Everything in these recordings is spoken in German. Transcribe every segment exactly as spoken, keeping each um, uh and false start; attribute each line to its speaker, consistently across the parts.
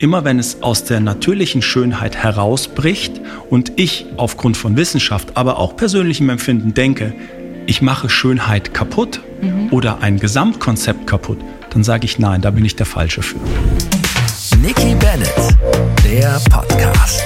Speaker 1: Immer wenn es aus der natürlichen Schönheit herausbricht und ich aufgrund von Wissenschaft, aber auch persönlichem Empfinden denke, ich mache Schönheit kaputt mhm. oder ein Gesamtkonzept kaputt, dann sage ich nein, da bin ich der Falsche für.
Speaker 2: Nikki Bennett, der Podcast.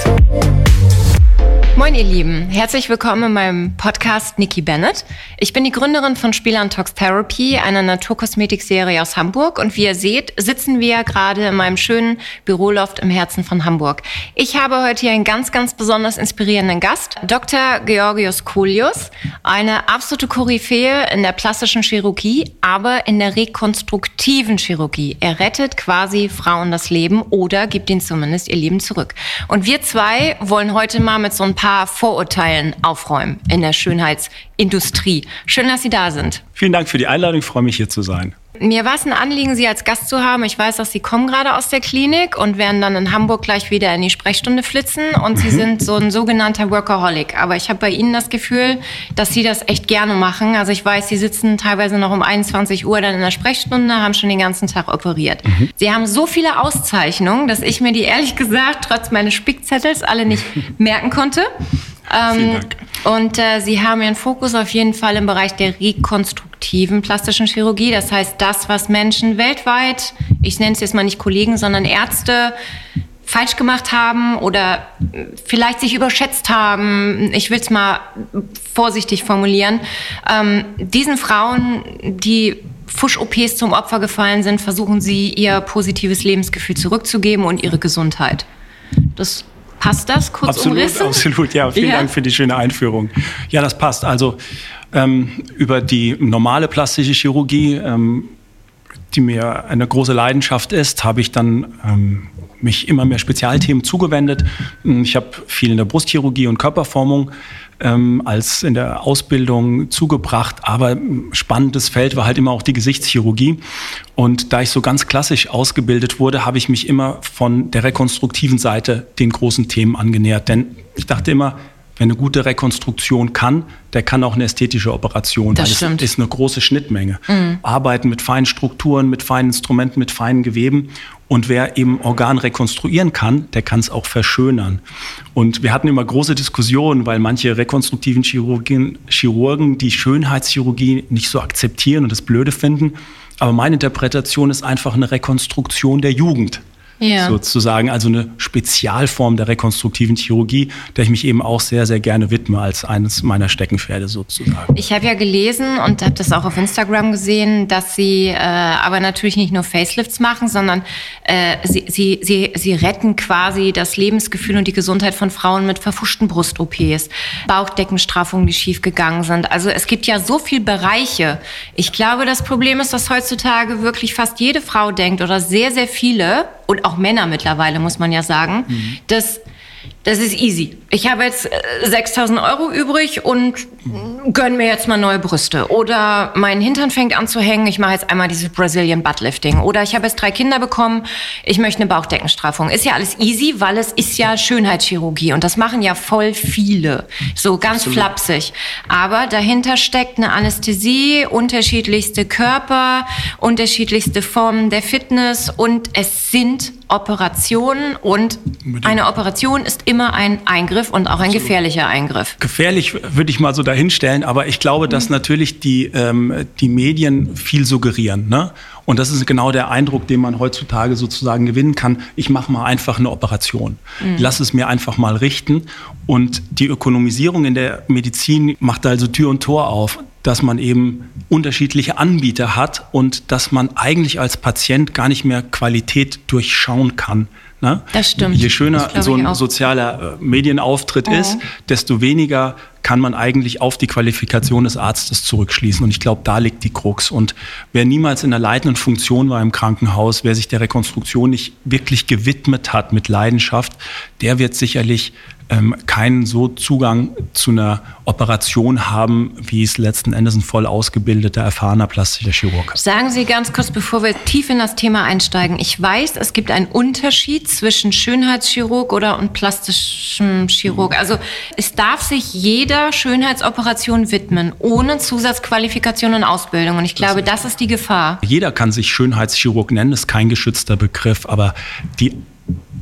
Speaker 3: Moin ihr Lieben, herzlich willkommen in meinem Podcast Nikki Bennett. Ich bin die Gründerin von Spielern-Tox Therapy, einer Naturkosmetikserie aus Hamburg. Und wie ihr seht, sitzen wir gerade in meinem schönen Büroloft im Herzen von Hamburg. Ich habe heute hier einen ganz, ganz besonders inspirierenden Gast, Doktor Georgios Koulios, eine absolute Koryphäe in der plastischen Chirurgie, aber in der rekonstruktiven Chirurgie. Er rettet quasi Frauen das Leben oder gibt ihnen zumindest ihr Leben zurück. Und wir zwei wollen heute mal mit so ein paar Vorurteilen aufräumen in der Schönheitsindustrie. Schön, dass Sie da sind.
Speaker 1: Vielen Dank für die Einladung, ich freue mich, hier zu sein.
Speaker 3: Mir war es ein Anliegen, Sie als Gast zu haben. Ich weiß, dass Sie kommen gerade aus der Klinik und werden dann in Hamburg gleich wieder in die Sprechstunde flitzen. Und mhm. Sie sind so ein sogenannter Workaholic. Aber ich habe bei Ihnen das Gefühl, dass Sie das echt gerne machen. Also ich weiß, Sie sitzen teilweise noch um einundzwanzig Uhr dann in der Sprechstunde, haben schon den ganzen Tag operiert. Mhm. Sie haben so viele Auszeichnungen, dass ich mir die ehrlich gesagt trotz meines Spickzettels alle nicht merken konnte.
Speaker 1: Vielen Dank.
Speaker 3: Und äh, Sie haben Ihren Fokus auf jeden Fall im Bereich der rekonstruktiven plastischen Chirurgie. Das heißt, das, was Menschen weltweit, ich nenne es jetzt mal nicht Kollegen, sondern Ärzte, falsch gemacht haben oder vielleicht sich überschätzt haben, ich will es mal vorsichtig formulieren, ähm, diesen Frauen, die Fusch-O Ps zum Opfer gefallen sind, versuchen Sie, ihr positives Lebensgefühl zurückzugeben und ihre Gesundheit. Das Passt das? Kurz
Speaker 1: absolut,
Speaker 3: umrissen?
Speaker 1: Absolut, ja. Vielen ja. Dank für die schöne Einführung. Ja, das passt. Also ähm, über die normale plastische Chirurgie, ähm, die mir eine große Leidenschaft ist, habe ich dann ähm, mich immer mehr Spezialthemen zugewendet. Ich habe viel in der Brustchirurgie und Körperformung ähm, als in der Ausbildung zugebracht, aber spannendes Feld war halt immer auch die Gesichtschirurgie. Und da ich so ganz klassisch ausgebildet wurde, habe ich mich immer von der rekonstruktiven Seite den großen Themen angenähert. Denn ich dachte immer, wer eine gute Rekonstruktion kann, der kann auch eine ästhetische Operation.
Speaker 3: Das
Speaker 1: weil
Speaker 3: stimmt.
Speaker 1: Es ist eine große Schnittmenge. Mhm. Arbeiten mit feinen Strukturen, mit feinen Instrumenten, mit feinen Geweben. Und wer eben Organ rekonstruieren kann, der kann es auch verschönern. Und wir hatten immer große Diskussionen, weil manche rekonstruktiven Chirurgen, Chirurgen die Schönheitschirurgie nicht so akzeptieren und das blöde finden. Aber meine Interpretation ist einfach eine Rekonstruktion der Jugend. Ja. Sozusagen, also eine Spezialform der rekonstruktiven Chirurgie, der ich mich eben auch sehr, sehr gerne widme als eines meiner Steckenpferde sozusagen.
Speaker 3: Ich habe ja gelesen und habe das auch auf Instagram gesehen, dass Sie äh, aber natürlich nicht nur Facelifts machen, sondern äh, Sie, Sie, Sie, Sie retten quasi das Lebensgefühl und die Gesundheit von Frauen mit verfuschten Brust-O Ps, Bauchdeckenstraffungen, die schief gegangen sind. Also es gibt ja so viele Bereiche. Ich glaube, das Problem ist, dass heutzutage wirklich fast jede Frau denkt oder sehr, sehr viele und auch Männer mittlerweile, muss man ja sagen, mhm. dass das ist easy. Ich habe jetzt sechstausend Euro übrig und gönn mir jetzt mal neue Brüste. Oder mein Hintern fängt an zu hängen, ich mache jetzt einmal dieses Brazilian Buttlifting. Oder ich habe jetzt drei Kinder bekommen, ich möchte eine Bauchdeckenstraffung. Ist ja alles easy, weil es ist ja Schönheitschirurgie. Und das machen ja voll viele. So ganz Absolut. flapsig. Aber dahinter steckt eine Anästhesie, unterschiedlichste Körper, unterschiedlichste Formen der Fitness. Und es sind Operationen. Und eine Operation ist immer ein Eingriff und auch ein Absolut. gefährlicher Eingriff.
Speaker 1: Gefährlich würde ich mal so dahinstellen, aber ich glaube, dass natürlich die, ähm, die Medien viel suggerieren. Ne? Und das ist genau der Eindruck, den man heutzutage sozusagen gewinnen kann. Ich mache mal einfach eine Operation. Mhm. Lass es mir einfach mal richten. Und die Ökonomisierung in der Medizin macht also Tür und Tor auf, dass man eben unterschiedliche Anbieter hat und dass man eigentlich als Patient gar nicht mehr Qualität durchschauen kann. Ne?
Speaker 3: Das stimmt.
Speaker 1: Je schöner so ein sozialer äh, Medienauftritt mhm. ist, desto weniger kann man eigentlich auf die Qualifikation des Arztes zurückschließen. Und ich glaube, da liegt die Krux. Und wer niemals in einer leitenden Funktion war im Krankenhaus, wer sich der Rekonstruktion nicht wirklich gewidmet hat mit Leidenschaft, der wird sicherlich ähm, keinen so Zugang zu einer Operation haben, wie es letzten Endes ein voll ausgebildeter, erfahrener plastischer Chirurg hat.
Speaker 3: Sagen Sie ganz kurz, bevor wir tief in das Thema einsteigen. Ich weiß, es gibt einen Unterschied zwischen Schönheitschirurg oder und plastischem Chirurg. Also es darf sich jeder Schönheitsoperation widmen, ohne Zusatzqualifikation und Ausbildung. Und ich glaube, das ist die Gefahr.
Speaker 1: Jeder kann sich Schönheitschirurg nennen, ist kein geschützter Begriff, aber die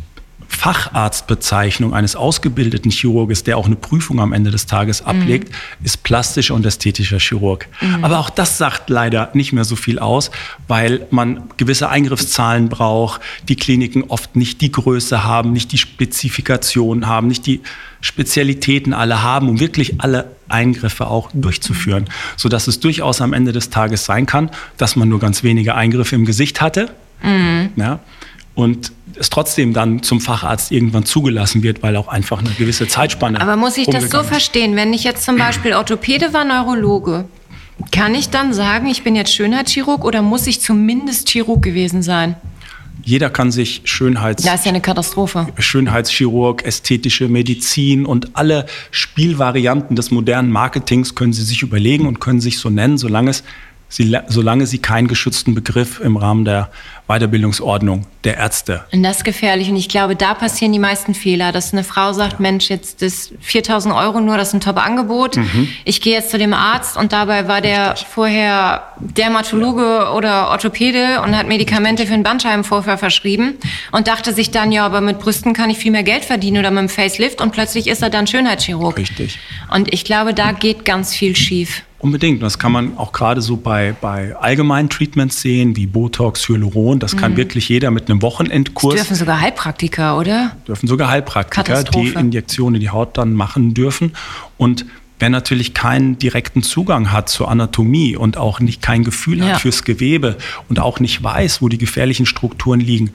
Speaker 1: Facharztbezeichnung eines ausgebildeten Chirurges, der auch eine Prüfung am Ende des Tages ablegt, mhm. ist plastischer und ästhetischer Chirurg. Mhm. Aber auch das sagt leider nicht mehr so viel aus, weil man gewisse Eingriffszahlen braucht, die Kliniken oft nicht die Größe haben, nicht die Spezifikationen haben, nicht die Spezialitäten alle haben, um wirklich alle Eingriffe auch durchzuführen, sodass es durchaus am Ende des Tages sein kann, dass man nur ganz wenige Eingriffe im Gesicht hatte, mhm. ja, und es trotzdem dann zum Facharzt irgendwann zugelassen wird, weil auch einfach eine gewisse Zeitspanne.
Speaker 3: Aber muss ich das so verstehen, wenn ich jetzt zum Beispiel Orthopäde war, Neurologe, kann ich dann sagen, ich bin jetzt Schönheitschirurg oder muss ich zumindest Chirurg gewesen sein?
Speaker 1: Jeder kann sich Schönheits-
Speaker 3: das ist ja eine Katastrophe.
Speaker 1: Schönheitschirurg, ästhetische Medizin und alle Spielvarianten des modernen Marketings können Sie sich überlegen und können sich so nennen, solange es Sie, solange sie keinen geschützten Begriff im Rahmen der Weiterbildungsordnung der Ärzte.
Speaker 3: Und das ist gefährlich. Und ich glaube, da passieren die meisten Fehler, dass eine Frau sagt, ja. Mensch, jetzt das viertausend Euro nur, das ist ein Top-Angebot. Mhm. Ich gehe jetzt zu dem Arzt und dabei war der Richtig. vorher Dermatologe ja. oder Orthopäde und hat Medikamente für einen Bandscheibenvorfall verschrieben und dachte sich dann, ja, aber mit Brüsten kann ich viel mehr Geld verdienen oder mit einem Facelift und plötzlich ist er dann Schönheitschirurg.
Speaker 1: Richtig.
Speaker 3: Und ich glaube, da geht ganz viel schief.
Speaker 1: Unbedingt. Das kann man auch gerade so bei, bei allgemeinen Treatments sehen, wie Botox, Hyaluron. Das kann mhm. wirklich jeder mit einem Wochenendkurs.
Speaker 3: Das dürfen sogar Heilpraktiker, oder?
Speaker 1: Dürfen sogar Heilpraktiker, die Injektionen in die Haut dann machen dürfen. Und wer natürlich keinen direkten Zugang hat zur Anatomie und auch nicht kein Gefühl ja. hat fürs Gewebe und auch nicht weiß, wo die gefährlichen Strukturen liegen,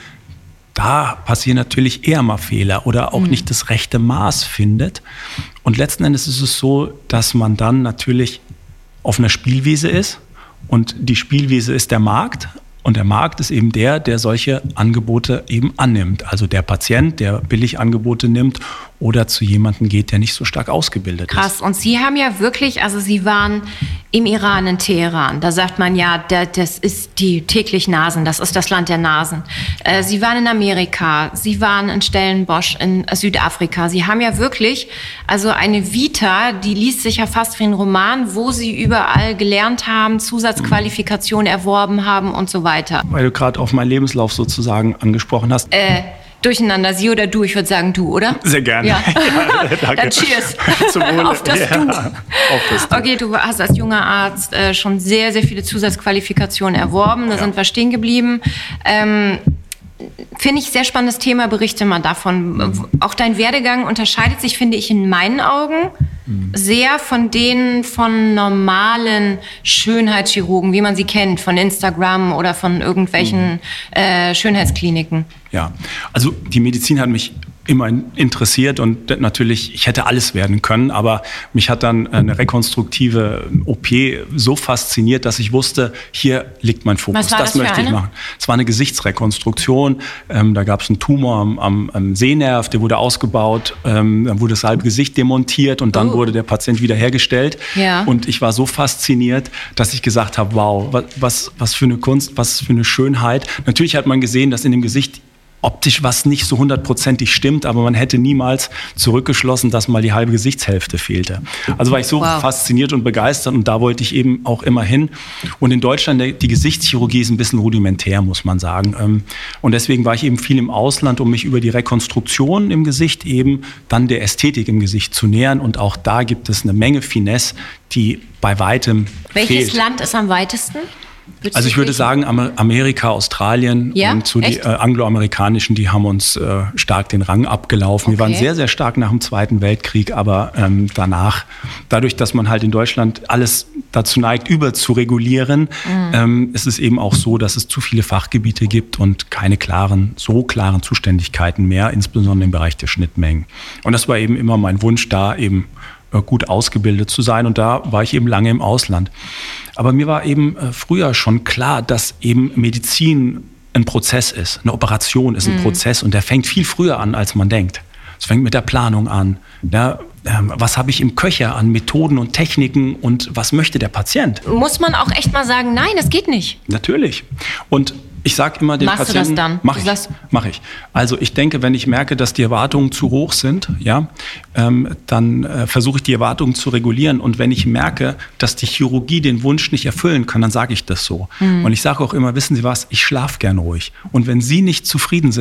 Speaker 1: da passieren natürlich eher mal Fehler oder auch mhm. nicht das rechte Maß findet. Und letzten Endes ist es so, dass man dann natürlich auf einer Spielwiese ist und die Spielwiese ist der Markt und der Markt ist eben der, der solche Angebote eben annimmt. Also der Patient, der Billigangebote nimmt oder zu jemandem geht, der nicht so stark ausgebildet
Speaker 3: Krass. ist. Krass. Und Sie haben ja wirklich, also Sie waren im Iran, in Teheran. Da sagt man ja, das ist die täglich Nasen, das ist das Land der Nasen. Sie waren in Amerika, Sie waren in Stellenbosch in Südafrika. Sie haben ja wirklich also eine Vita, die liest sich ja fast wie ein Roman, wo Sie überall gelernt haben, Zusatzqualifikationen erworben haben und so weiter.
Speaker 1: Weil du gerade auf meinen Lebenslauf sozusagen angesprochen hast.
Speaker 3: Äh, Durcheinander, Sie oder du? Ich würde sagen du, oder?
Speaker 1: Sehr gerne.
Speaker 3: Ja.
Speaker 1: Ja, danke.
Speaker 3: Dann cheers.
Speaker 1: Zum Wohle.
Speaker 3: Auf das
Speaker 1: ja.
Speaker 3: Du.
Speaker 1: Auf das Du.
Speaker 3: Okay, du hast als junger Arzt äh, schon sehr, sehr viele Zusatzqualifikationen erworben. Da ja. sind wir stehen geblieben. Ähm, Finde ich sehr spannendes Thema, berichte mal davon. Mhm. Auch dein Werdegang unterscheidet sich, finde ich, in meinen Augen mhm. sehr von denen von normalen Schönheitschirurgen, wie man sie kennt, von Instagram oder von irgendwelchen mhm. äh, Schönheitskliniken.
Speaker 1: Ja, also die Medizin hat mich immer interessiert und natürlich, ich hätte alles werden können, aber mich hat dann eine rekonstruktive O P so fasziniert, dass ich wusste, hier liegt mein Fokus.
Speaker 3: Was war
Speaker 1: das
Speaker 3: das
Speaker 1: möchte
Speaker 3: für
Speaker 1: ich
Speaker 3: eine?
Speaker 1: machen. Es war eine Gesichtsrekonstruktion. Ähm, da gab es einen Tumor am, am, am Sehnerv, der wurde ausgebaut, ähm, dann wurde das halbe Gesicht demontiert und dann oh. wurde der Patient wiederhergestellt. Ja. Und ich war so fasziniert, dass ich gesagt habe, wow, was, was für eine Kunst, was für eine Schönheit. Natürlich hat man gesehen, dass in dem Gesicht optisch was nicht so hundertprozentig stimmt, aber man hätte niemals zurückgeschlossen, dass mal die halbe Gesichtshälfte fehlte. Also war ich so wow. fasziniert und begeistert und da wollte ich eben auch immer hin. Und in Deutschland, die Gesichtschirurgie ist ein bisschen rudimentär, muss man sagen. Und deswegen war ich eben viel im Ausland, um mich über die Rekonstruktion im Gesicht eben dann der Ästhetik im Gesicht zu nähern. Und auch da gibt es eine Menge Finesse, die bei weitem
Speaker 3: Welches
Speaker 1: fehlt.
Speaker 3: Welches Land ist am weitesten?
Speaker 1: Also ich würde sagen, Amerika, Australien
Speaker 3: ja?
Speaker 1: und so die äh, angloamerikanischen, die haben uns äh, stark den Rang abgelaufen. Okay. Wir waren sehr, sehr stark nach dem Zweiten Weltkrieg, aber ähm, danach, dadurch, dass man halt in Deutschland alles dazu neigt, überzuregulieren, mhm. ähm, ist es eben auch so, dass es zu viele Fachgebiete gibt und keine klaren, so klaren Zuständigkeiten mehr, insbesondere im Bereich der Schnittmengen. Und das war eben immer mein Wunsch, da eben gut ausgebildet zu sein. Und da war ich eben lange im Ausland. Aber mir war eben früher schon klar, dass eben Medizin ein Prozess ist. Eine Operation ist ein mhm. Prozess und der fängt viel früher an, als man denkt. Es fängt mit der Planung an. Ja, ähm, was habe ich im Köcher an Methoden und Techniken und was möchte der Patient?
Speaker 3: Muss man auch echt mal sagen, nein, das geht nicht.
Speaker 1: Natürlich. Und ich sage immer den
Speaker 3: Machst
Speaker 1: Patienten,
Speaker 3: du das dann?
Speaker 1: Mach ich, mach ich. Also ich denke, wenn ich merke, dass die Erwartungen zu hoch sind, ja, ähm, dann äh, versuche ich die Erwartungen zu regulieren. Und wenn ich merke, dass die Chirurgie den Wunsch nicht erfüllen kann, dann sage ich das so. Mhm. Und ich sage auch immer, wissen Sie was, ich schlafe gern ruhig. Und wenn Sie nicht zufrieden sind,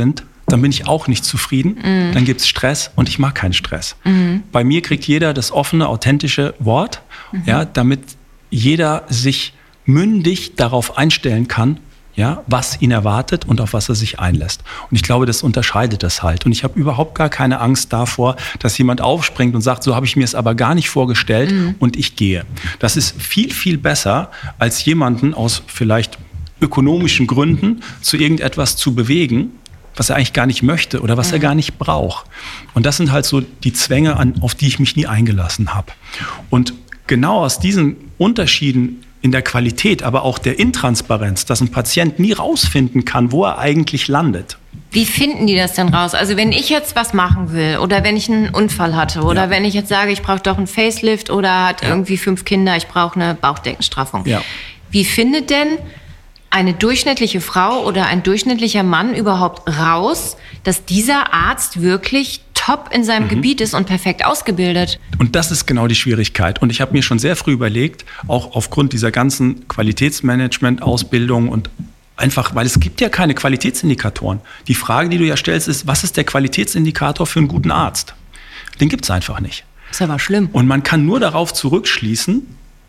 Speaker 1: dann bin ich auch nicht zufrieden. Mhm. Dann gibt es Stress und ich mag keinen Stress. Mhm. Bei mir kriegt jeder das offene, authentische Wort, mhm. ja, damit jeder sich mündig darauf einstellen kann, ja, was ihn erwartet und auf was er sich einlässt. Und ich glaube, das unterscheidet das halt. Und ich habe überhaupt gar keine Angst davor, dass jemand aufspringt und sagt, so habe ich mir es aber gar nicht vorgestellt mhm. und ich gehe. Das ist viel, viel besser, als jemanden aus vielleicht ökonomischen Gründen zu irgendetwas zu bewegen, was er eigentlich gar nicht möchte oder was mhm. er gar nicht braucht. Und das sind halt so die Zwänge, an, auf die ich mich nie eingelassen habe. Und genau aus diesen Unterschieden in der Qualität, aber auch der Intransparenz, dass ein Patient nie rausfinden kann, wo er eigentlich landet.
Speaker 3: Wie finden die das denn raus? Also wenn ich jetzt was machen will oder wenn ich einen Unfall hatte oder ja. wenn ich jetzt sage, ich brauche doch einen Facelift oder hat ja. irgendwie fünf Kinder, ich brauche eine Bauchdeckenstraffung. Ja. Wie findet denn eine durchschnittliche Frau oder ein durchschnittlicher Mann überhaupt raus, dass dieser Arzt wirklich top in seinem mhm. Gebiet ist und perfekt ausgebildet?
Speaker 1: Und das ist genau die Schwierigkeit. Und ich habe mir schon sehr früh überlegt, auch aufgrund dieser ganzen Qualitätsmanagement-Ausbildung und einfach, weil es gibt ja keine Qualitätsindikatoren. Die Frage, die du ja stellst, ist, was ist der Qualitätsindikator für einen guten Arzt? Den gibt es einfach nicht.
Speaker 3: Ist aber schlimm.
Speaker 1: Und man kann nur darauf zurückschließen,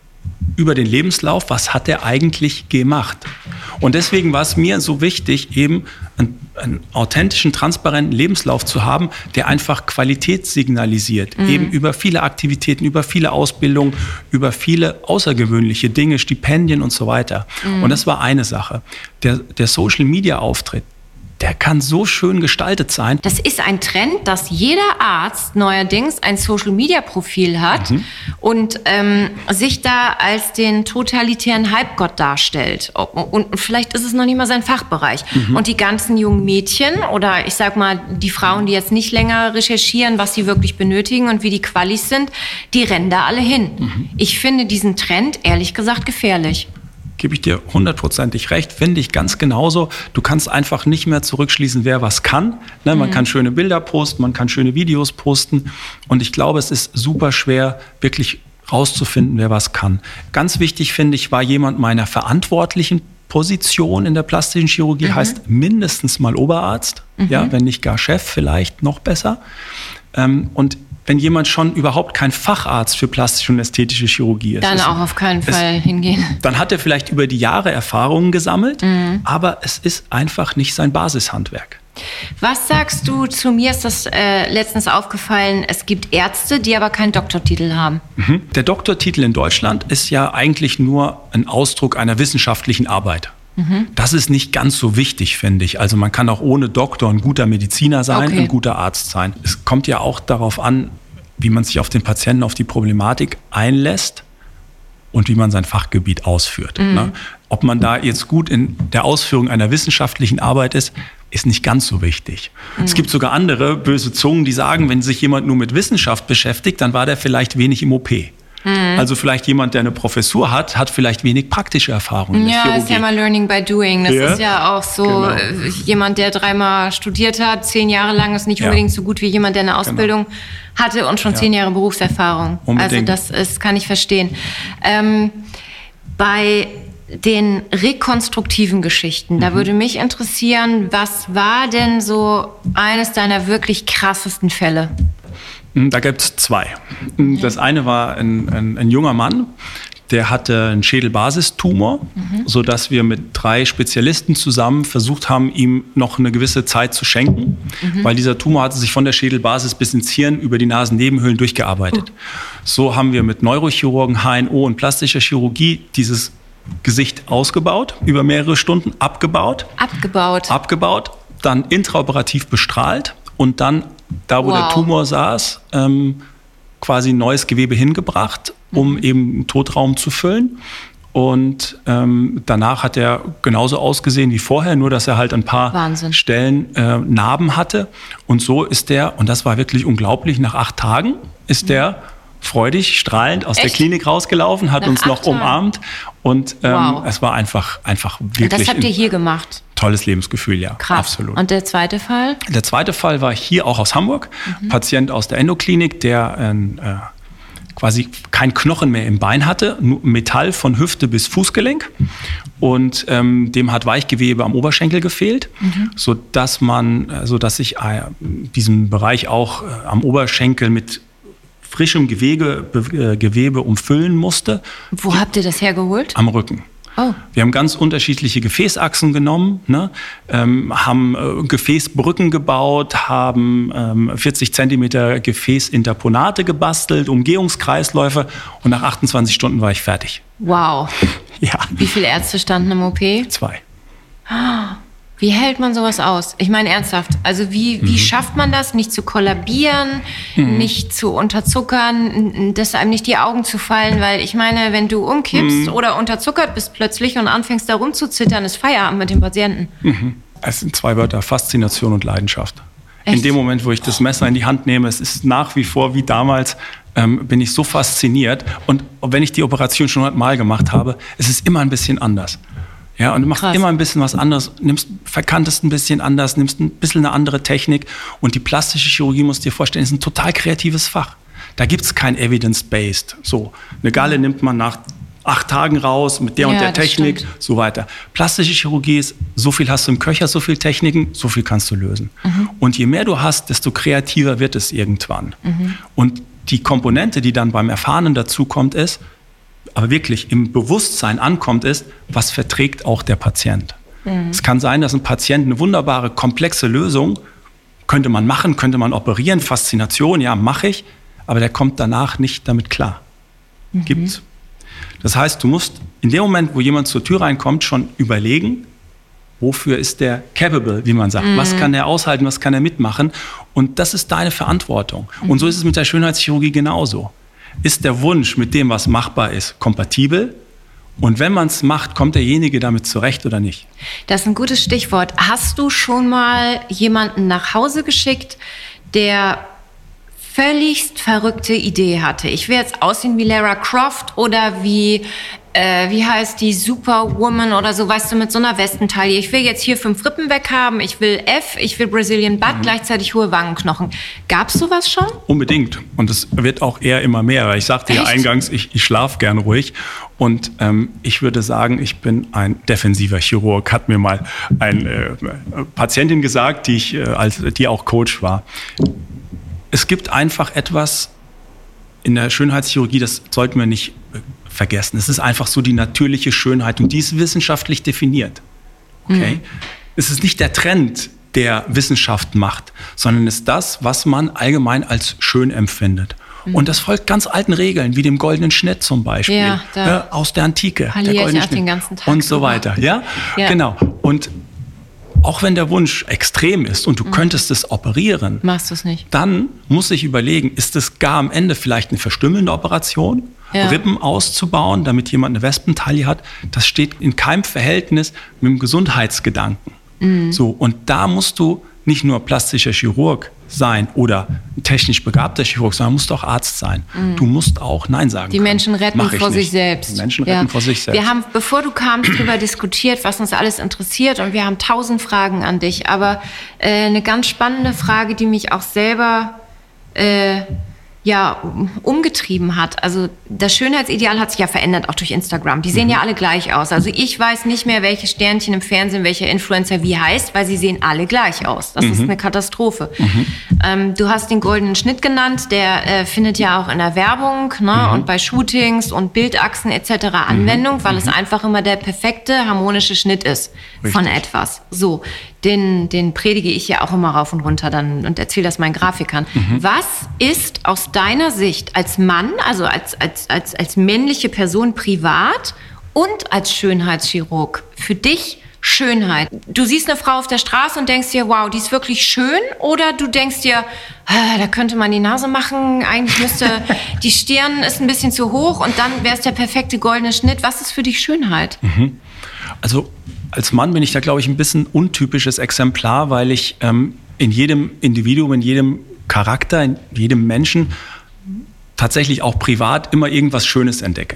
Speaker 1: über den Lebenslauf, was hat er eigentlich gemacht? Und deswegen war es mir so wichtig, eben einen, einen authentischen, transparenten Lebenslauf zu haben, der einfach Qualität signalisiert. Mhm. Eben über viele Aktivitäten, über viele Ausbildungen, über viele außergewöhnliche Dinge, Stipendien und so weiter. Mhm. Und das war eine Sache. Der, der Social-Media-Auftritt, der kann so schön gestaltet sein.
Speaker 3: Das ist ein Trend, dass jeder Arzt neuerdings ein Social-Media-Profil hat mhm. und ähm, sich da als den totalitären Halbgott darstellt. Und vielleicht ist es noch nicht mal sein Fachbereich. Mhm. Und die ganzen jungen Mädchen oder ich sag mal die Frauen, die jetzt nicht länger recherchieren, was sie wirklich benötigen und wie die Qualis sind, die rennen da alle hin. Mhm. Ich finde diesen Trend ehrlich gesagt gefährlich.
Speaker 1: Gebe ich dir hundertprozentig recht, finde ich ganz genauso. Du kannst einfach nicht mehr zurückschließen, wer was kann. Ne, man mhm. kann schöne Bilder posten, man kann schöne Videos posten. Und ich glaube, es ist super schwer, wirklich rauszufinden, wer was kann. Ganz wichtig, finde ich, war jemand meiner verantwortlichen Position in der plastischen Chirurgie, mhm. heißt mindestens mal Oberarzt, mhm. ja, wenn nicht gar Chef, vielleicht noch besser. Ähm, und wenn jemand schon überhaupt kein Facharzt für plastische und ästhetische Chirurgie ist.
Speaker 3: Dann ist, auch auf keinen Fall es, hingehen.
Speaker 1: Dann hat er vielleicht über die Jahre Erfahrungen gesammelt, mhm. aber es ist einfach nicht sein Basishandwerk.
Speaker 3: Was sagst du zu mir? Ist das äh, letztens aufgefallen, es gibt Ärzte, die aber keinen Doktortitel haben.
Speaker 1: Mhm. Der Doktortitel in Deutschland ist ja eigentlich nur ein Ausdruck einer wissenschaftlichen Arbeit. Das ist nicht ganz so wichtig, finde ich. Also man kann auch ohne Doktor ein guter Mediziner sein, okay. ein guter Arzt sein. Es kommt ja auch darauf an, wie man sich auf den Patienten, auf die Problematik einlässt und wie man sein Fachgebiet ausführt. Mhm. Ne? Ob man da jetzt gut in der Ausführung einer wissenschaftlichen Arbeit ist, ist nicht ganz so wichtig. Mhm. Es gibt sogar andere böse Zungen, die sagen, wenn sich jemand nur mit Wissenschaft beschäftigt, dann war der vielleicht wenig im O P. Mhm. Also vielleicht jemand, der eine Professur hat, hat vielleicht wenig praktische Erfahrung in der
Speaker 3: Ja,
Speaker 1: Chirurgie.
Speaker 3: Ist ja mal Learning by Doing. Das ja. ist ja auch so, genau. Jemand, der dreimal studiert hat, zehn Jahre lang, ist nicht ja. unbedingt so gut wie jemand, der eine Ausbildung genau. hatte und schon ja. zehn Jahre Berufserfahrung. Unbedingt. Also das ist, kann ich verstehen. Ähm, bei den rekonstruktiven Geschichten, mhm. da würde mich interessieren, was war denn so eines deiner wirklich krassesten Fälle?
Speaker 1: Da gibt es zwei. Das eine war ein, ein, ein junger Mann, der hatte einen Schädelbasistumor, mhm. sodass wir mit drei Spezialisten zusammen versucht haben, ihm noch eine gewisse Zeit zu schenken, mhm. weil dieser Tumor hatte sich von der Schädelbasis bis ins Hirn über die Nasennebenhöhlen durchgearbeitet. Uh. So haben wir mit Neurochirurgen, H N O und plastischer Chirurgie dieses Gesicht ausgebaut, über mehrere Stunden abgebaut.
Speaker 3: Abgebaut.
Speaker 1: Abgebaut, dann intraoperativ bestrahlt und dann da, wo wow. der Tumor saß, ähm, quasi neues Gewebe hingebracht, um mhm. eben einen Totraum zu füllen. Und ähm, danach hat er genauso ausgesehen wie vorher, nur dass er halt ein paar Wahnsinn. Stellen äh, Narben hatte. Und so ist der, und das war wirklich unglaublich, nach acht Tagen ist mhm. der freudig, strahlend aus Echt? Der Klinik rausgelaufen, hat nach uns noch umarmt. Und ähm, wow. es war einfach, einfach wirklich.
Speaker 3: Und das habt ihr hier gemacht?
Speaker 1: Tolles Lebensgefühl, ja.
Speaker 3: Krass.
Speaker 1: Absolut.
Speaker 3: Und der zweite Fall?
Speaker 1: Der zweite Fall war hier auch aus Hamburg. Mhm. Patient aus der Endoklinik, der ein äh, quasi kein Knochen mehr im Bein hatte, nur Metall von Hüfte bis Fußgelenk. Und ähm, dem hat Weichgewebe am Oberschenkel gefehlt, mhm. sodass man, äh, sodass ich äh, diesen Bereich auch äh, am Oberschenkel mit frischem Gewebe, äh, Gewebe umfüllen musste.
Speaker 3: Wo habt ihr das hergeholt?
Speaker 1: Am Rücken.
Speaker 3: Oh.
Speaker 1: Wir haben ganz unterschiedliche Gefäßachsen genommen, ne? ähm, haben äh, Gefäßbrücken gebaut, haben ähm, vierzig Zentimeter Gefäßinterponate gebastelt, Umgehungskreisläufe und nach achtundzwanzig Stunden war ich fertig.
Speaker 3: Wow.
Speaker 1: Ja.
Speaker 3: Wie viele Ärzte standen im O P?
Speaker 1: Zwei.
Speaker 3: Wie hält man sowas aus? Ich meine ernsthaft, also wie, wie mhm. schafft man das, nicht zu kollabieren, mhm. nicht zu unterzuckern, dass einem nicht die Augen zu fallen, weil ich meine, wenn du umkippst mhm. oder unterzuckert bist plötzlich und anfängst da rumzuzittern, ist Feierabend mit dem Patienten.
Speaker 1: Mhm. Es sind zwei Wörter, Faszination und Leidenschaft.
Speaker 3: Echt?
Speaker 1: In dem Moment, wo ich das Messer in die Hand nehme, es ist nach wie vor wie damals, ähm, bin ich so fasziniert. Und wenn ich die Operation schon hundertmal gemacht habe, es ist immer ein bisschen anders. Ja, und du machst Krass. immer ein bisschen was anderes, nimmst, verkantest ein bisschen anders, nimmst ein bisschen eine andere Technik. Und die plastische Chirurgie, musst du dir vorstellen, ist ein total kreatives Fach. Da gibt es kein Evidence-Based. So, eine Galle nimmt man nach acht Tagen raus mit der ja, und der Technik, stimmt. so weiter. Plastische Chirurgie ist, so viel hast du im Köcher, so viel Techniken, so viel kannst du lösen. Mhm. Und je mehr du hast, desto kreativer wird es irgendwann. Mhm. Und die Komponente, die dann beim Erfahrenen dazukommt, ist, aber wirklich im Bewusstsein ankommt, ist, was verträgt auch der Patient. Mhm. Es kann sein, dass ein Patient eine wunderbare, komplexe Lösung, könnte man machen, könnte man operieren, Faszination, ja, mache ich, aber der kommt danach nicht damit klar. Mhm. Gibt's. Das heißt, du musst in dem Moment, wo jemand zur Tür reinkommt, schon überlegen, wofür ist der capable, wie man sagt. Mhm. Was kann der aushalten, was kann er mitmachen? Und das ist deine Verantwortung. Mhm. Und so ist es mit der Schönheitschirurgie genauso. Ist der Wunsch mit dem, was machbar ist, kompatibel? Und wenn man es macht, kommt derjenige damit zurecht oder nicht?
Speaker 3: Das ist ein gutes Stichwort. Hast du schon mal jemanden nach Hause geschickt, der völligst verrückte Idee hatte? Ich will jetzt aussehen wie Lara Croft oder wie, äh, wie heißt die, Superwoman oder so, weißt du, mit so einer Westentaille. Ich will jetzt hier fünf Rippen weg haben, ich will F, ich will Brazilian Butt, mhm. gleichzeitig hohe Wangenknochen. Gab's sowas schon?
Speaker 1: Unbedingt. Und es wird auch eher immer mehr. Ich sagte Echt? ja eingangs, ich, ich schlafe gern ruhig. Und ähm, ich würde sagen, ich bin ein defensiver Chirurg, hat mir mal eine äh, Patientin gesagt, die, ich, äh, als, die auch Coach war. Es gibt einfach etwas in der Schönheitschirurgie, das sollten wir nicht vergessen. Es ist einfach so die natürliche Schönheit und die ist wissenschaftlich definiert. Okay? Mhm. Es ist nicht der Trend, der Wissenschaft macht, sondern es ist das, was man allgemein als schön empfindet. Mhm. Und das folgt ganz alten Regeln, wie dem goldenen Schnitt zum Beispiel, ja, ja, aus der Antike. Der goldene Schnitt den ganzen Tag und so weiter. Ja? Ja. Genau. Und auch wenn der Wunsch extrem ist und du mhm. könntest es operieren,
Speaker 3: machst du es nicht.
Speaker 1: Dann muss ich überlegen, ist es gar am Ende vielleicht eine verstümmelnde Operation, ja. Rippen auszubauen, damit jemand eine Wespentaille hat? Das steht in keinem Verhältnis mit dem Gesundheitsgedanken. Mhm. So, und da musst du nicht nur plastischer Chirurg sein oder ein technisch begabter Chirurg, sondern musst auch Arzt sein. Mhm. Du musst auch Nein sagen
Speaker 3: Die können. Menschen retten vor sich selbst.
Speaker 1: Die Menschen retten ja. vor sich selbst.
Speaker 3: Wir haben, bevor du kamst, darüber diskutiert, was uns alles interessiert und wir haben tausend Fragen an dich. Aber äh, eine ganz spannende Frage, die mich auch selber äh, ja, umgetrieben hat. Also das Schönheitsideal hat sich ja verändert, auch durch Instagram. Die sehen mhm. ja alle gleich aus. Also ich weiß nicht mehr, welche Sternchen im Fernsehen, welcher Influencer wie heißt, weil sie sehen alle gleich aus. Das mhm. ist eine Katastrophe. Mhm. Ähm, du hast den goldenen Schnitt genannt, der äh, findet ja auch in der Werbung ne, mhm. und bei Shootings und Bildachsen et cetera Anwendung, weil mhm. es einfach immer der perfekte, harmonische Schnitt ist Richtig. Von etwas. So, den, den predige ich ja auch immer rauf und runter dann und erzähle das meinen Grafikern. Mhm. Was ist aus deiner Sicht als Mann, also als, als, als, als männliche Person privat und als Schönheitschirurg für dich Schönheit? Du siehst eine Frau auf der Straße und denkst dir, wow, die ist wirklich schön, oder du denkst dir, ah, da könnte man die Nase machen, eigentlich müsste die Stirn ist ein bisschen zu hoch und dann wäre es der perfekte goldene Schnitt. Was ist für dich Schönheit?
Speaker 1: Mhm. Also als Mann bin ich da, glaube ich, ein bisschen untypisches Exemplar, weil ich ähm, in jedem Individuum, in jedem Charakter, in jedem Menschen tatsächlich auch privat immer irgendwas Schönes entdecke.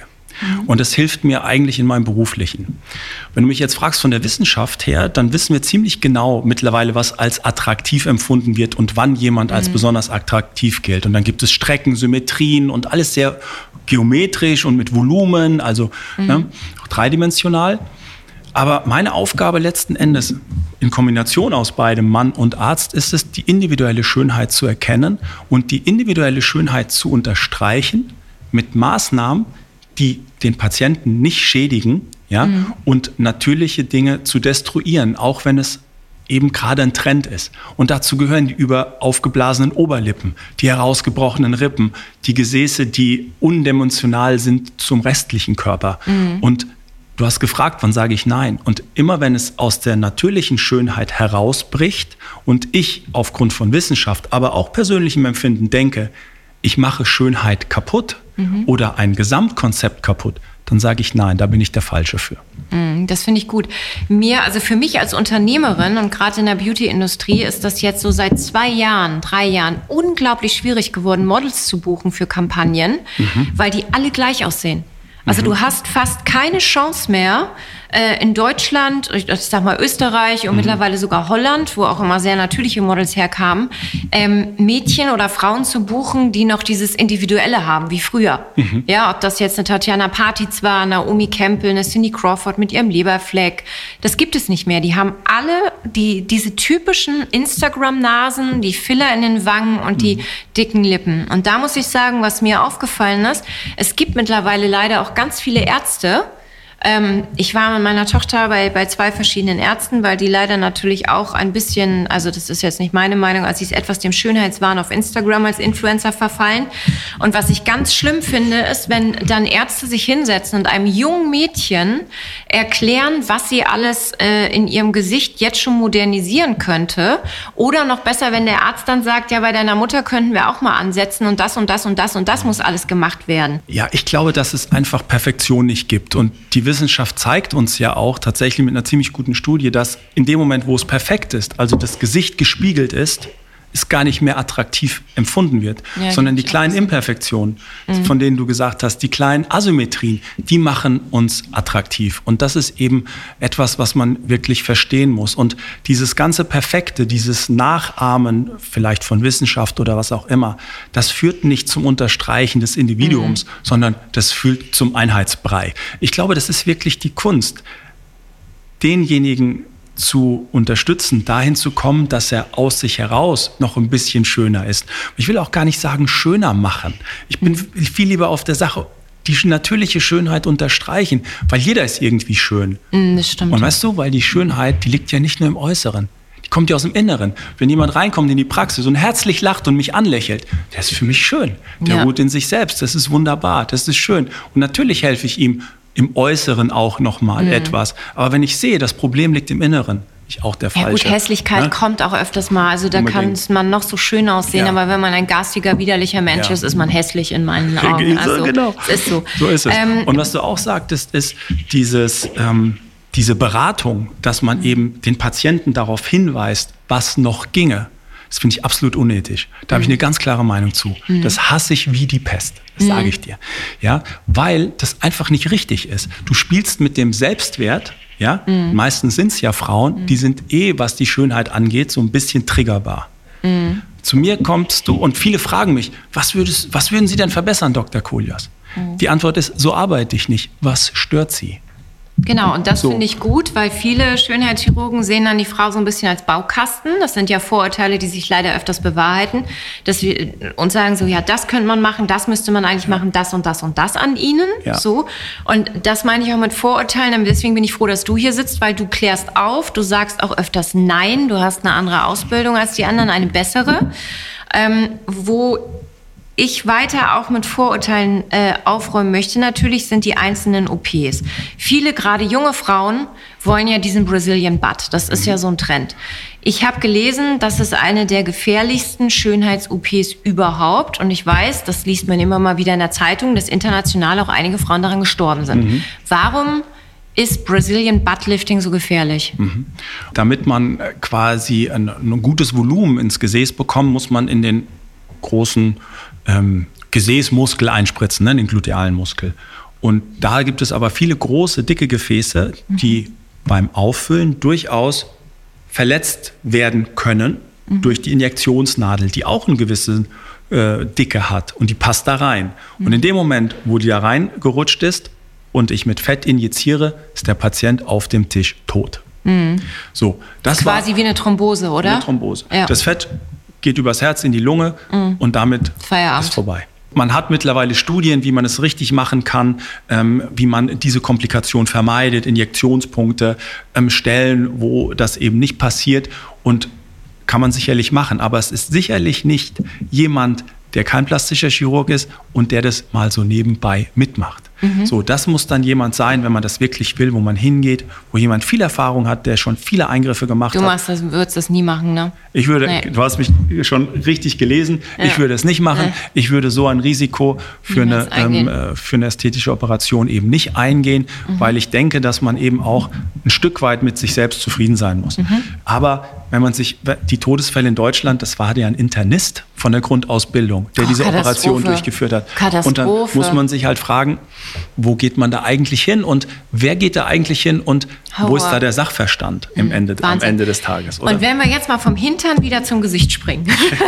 Speaker 1: Mhm. Und das hilft mir eigentlich in meinem Beruflichen. Wenn du mich jetzt fragst von der Wissenschaft her, dann wissen wir ziemlich genau mittlerweile, was als attraktiv empfunden wird und wann jemand als mhm. besonders attraktiv gilt. Und dann gibt es Strecken, Symmetrien und alles sehr geometrisch und mit Volumen, also mhm. ne, auch dreidimensional. Aber meine Aufgabe letzten Endes in Kombination aus beidem, Mann und Arzt, ist es, die individuelle Schönheit zu erkennen und die individuelle Schönheit zu unterstreichen mit Maßnahmen, die den Patienten nicht schädigen, ja, mhm. und natürliche Dinge zu destruieren, auch wenn es eben gerade ein Trend ist. Und dazu gehören die über aufgeblasenen Oberlippen, die herausgebrochenen Rippen, die Gesäße, die undimensional sind zum restlichen Körper. Mhm. Und du hast gefragt, wann sage ich nein? Und immer wenn es aus der natürlichen Schönheit herausbricht und ich aufgrund von Wissenschaft, aber auch persönlichem Empfinden denke, ich mache Schönheit kaputt mhm. oder ein Gesamtkonzept kaputt, dann sage ich nein, da bin ich der Falsche für.
Speaker 3: Das finde ich gut. Mir, also für mich als Unternehmerin und gerade in der Beauty-Industrie ist das jetzt so seit zwei Jahren, drei Jahren unglaublich schwierig geworden, Models zu buchen für Kampagnen, mhm. weil die alle gleich aussehen. Also mhm. du hast fast keine Chance mehr äh, in Deutschland, ich sag mal Österreich und mhm. mittlerweile sogar Holland, wo auch immer sehr natürliche Models herkamen, ähm, Mädchen oder Frauen zu buchen, die noch dieses Individuelle haben, wie früher. Mhm. Ja, ob das jetzt eine Tatjana Patitz war, Naomi Campbell, eine Cindy Crawford mit ihrem Leberfleck, das gibt es nicht mehr. Die haben alle die diese typischen Instagram-Nasen, die Filler in den Wangen und mhm. die dicken Lippen. Und da muss ich sagen, was mir aufgefallen ist, es gibt mittlerweile leider auch ganz viele Ärzte. Ähm, ich war mit meiner Tochter bei, bei zwei verschiedenen Ärzten, weil die leider natürlich auch ein bisschen, also das ist jetzt nicht meine Meinung, als sie ist etwas dem Schönheitswahn auf Instagram als Influencer verfallen. Und was ich ganz schlimm finde, ist, wenn dann Ärzte sich hinsetzen und einem jungen Mädchen erklären, was sie alles äh, in ihrem Gesicht jetzt schon modernisieren könnte. Oder noch besser, wenn der Arzt dann sagt, ja, bei deiner Mutter könnten wir auch mal ansetzen und das und das und das und das muss alles gemacht werden.
Speaker 1: Ja, ich glaube, dass es einfach Perfektion nicht gibt. Und die Wissenschaft zeigt uns ja auch tatsächlich mit einer ziemlich guten Studie, dass in dem Moment, wo es perfekt ist, also das Gesicht gespiegelt ist, es gar nicht mehr attraktiv empfunden wird, ja, sondern die kleinen Imperfektionen, mhm. von denen du gesagt hast, die kleinen Asymmetrien, die machen uns attraktiv. Und das ist eben etwas, was man wirklich verstehen muss. Und dieses ganze Perfekte, dieses Nachahmen vielleicht von Wissenschaft oder was auch immer, das führt nicht zum Unterstreichen des Individuums, mhm. sondern das führt zum Einheitsbrei. Ich glaube, das ist wirklich die Kunst, denjenigen zu unterstützen, dahin zu kommen, dass er aus sich heraus noch ein bisschen schöner ist. Ich will auch gar nicht sagen, schöner machen. Ich bin viel lieber auf der Sache, die natürliche Schönheit unterstreichen, weil jeder ist irgendwie schön.
Speaker 3: Das stimmt.
Speaker 1: Und weißt du, weil die Schönheit, die liegt ja nicht nur im Äußeren, die kommt ja aus dem Inneren. Wenn jemand reinkommt in die Praxis und herzlich lacht und mich anlächelt, der ist für mich schön. Der ja. ruht in sich selbst, das ist wunderbar, das ist schön. Und natürlich helfe ich ihm im Äußeren auch nochmal mhm. etwas. Aber wenn ich sehe, das Problem liegt im Inneren, ich auch der Falsche.
Speaker 3: Ja gut, Hässlichkeit ne? kommt auch öfters mal. Also da kann man noch so schön aussehen, ja. aber wenn man ein garstiger, widerlicher Mensch ja. ist, ist man hässlich in meinen Augen. Also,
Speaker 1: genau.
Speaker 3: Es ist so.
Speaker 1: So ist es.
Speaker 3: Ähm,
Speaker 1: Und was du auch sagtest, ist dieses, ähm, diese Beratung, dass man eben den Patienten darauf hinweist, was noch ginge. Das finde ich absolut unethisch. Da habe ich eine ganz klare Meinung zu. Mhm. Das hasse ich wie die Pest. Das mhm. sage ich dir. Ja, weil das einfach nicht richtig ist. Du spielst mit dem Selbstwert. Ja, mhm. meistens sind es ja Frauen, mhm. die sind eh, was die Schönheit angeht, so ein bisschen triggerbar. Mhm. Zu mir kommst du und viele fragen mich, was, würdest, was würden Sie denn verbessern, Doktor Kolyas? Mhm. Die Antwort ist, so arbeite ich nicht. Was stört Sie?
Speaker 3: Genau, und das
Speaker 1: so.
Speaker 3: finde ich gut, weil viele Schönheitschirurgen sehen dann die Frau so ein bisschen als Baukasten. Das sind ja Vorurteile, die sich leider öfters bewahrheiten. Dass wir uns sagen so, ja, das könnte man machen, das müsste man eigentlich machen, das und das und das an ihnen. Ja. So. Und das meine ich auch mit Vorurteilen. Deswegen bin ich froh, dass du hier sitzt, weil du klärst auf. Du sagst auch öfters Nein. Du hast eine andere Ausbildung als die anderen, eine bessere. Ähm, wo ich weiter auch mit Vorurteilen äh, aufräumen möchte, natürlich sind die einzelnen O Ps. Viele, gerade junge Frauen, wollen ja diesen Brazilian Butt. Das ist ja so ein Trend. Ich habe gelesen, das ist eine der gefährlichsten Schönheits-O Ps überhaupt. Und ich weiß, das liest man immer mal wieder in der Zeitung, dass international auch einige Frauen daran gestorben sind. Mhm. Warum ist Brazilian Buttlifting so gefährlich?
Speaker 1: Mhm. Damit man quasi ein, ein gutes Volumen ins Gesäß bekommt, muss man in den großen ähm, Gesäßmuskel einspritzen, ne, den glutealen Muskel. Und da gibt es aber viele große, dicke Gefäße, die beim Auffüllen durchaus verletzt werden können mhm. durch die Injektionsnadel, die auch eine gewisse äh, Dicke hat und die passt da rein. Mhm. Und in dem Moment, wo die da reingerutscht ist und ich mit Fett injiziere, ist der Patient auf dem Tisch tot.
Speaker 3: Mhm.
Speaker 1: So, das
Speaker 3: quasi
Speaker 1: war
Speaker 3: wie eine Thrombose, oder?
Speaker 1: Eine Thrombose.
Speaker 3: Ja.
Speaker 1: Das Fett geht übers Herz in die Lunge mhm. und damit
Speaker 3: Feierabend.
Speaker 1: ist vorbei. Man hat mittlerweile Studien, wie man es richtig machen kann, ähm, wie man diese Komplikation vermeidet, Injektionspunkte, ähm, Stellen, wo das eben nicht passiert, und kann man sicherlich machen. Aber es ist sicherlich nicht jemand, der kein plastischer Chirurg ist und der das mal so nebenbei mitmacht. Mhm. So, das muss dann jemand sein, wenn man das wirklich will, wo man hingeht, wo jemand viel Erfahrung hat, der schon viele Eingriffe gemacht
Speaker 3: du
Speaker 1: hat.
Speaker 3: Machst das, würdest das nie machen, ne?
Speaker 1: Ich würde,
Speaker 3: nee.
Speaker 1: du hast mich schon richtig gelesen, ja. ich würde es nicht machen. Nee. Ich würde so ein Risiko für eine, ähm, für eine ästhetische Operation eben nicht eingehen, mhm. weil ich denke, dass man eben auch ein Stück weit mit sich selbst zufrieden sein muss. Mhm. Aber wenn man sich, die Todesfälle in Deutschland, das war ja ein Internist von der Grundausbildung, der oh, diese Operation durchgeführt hat.
Speaker 3: Katastrophe.
Speaker 1: Und dann muss man sich halt fragen, wo geht man da eigentlich hin und wer geht da eigentlich hin und Hauer. Wo ist da der Sachverstand im Ende, am Ende des Tages? Oder?
Speaker 3: Und wenn wir jetzt mal vom Hintern wieder zum Gesicht springen.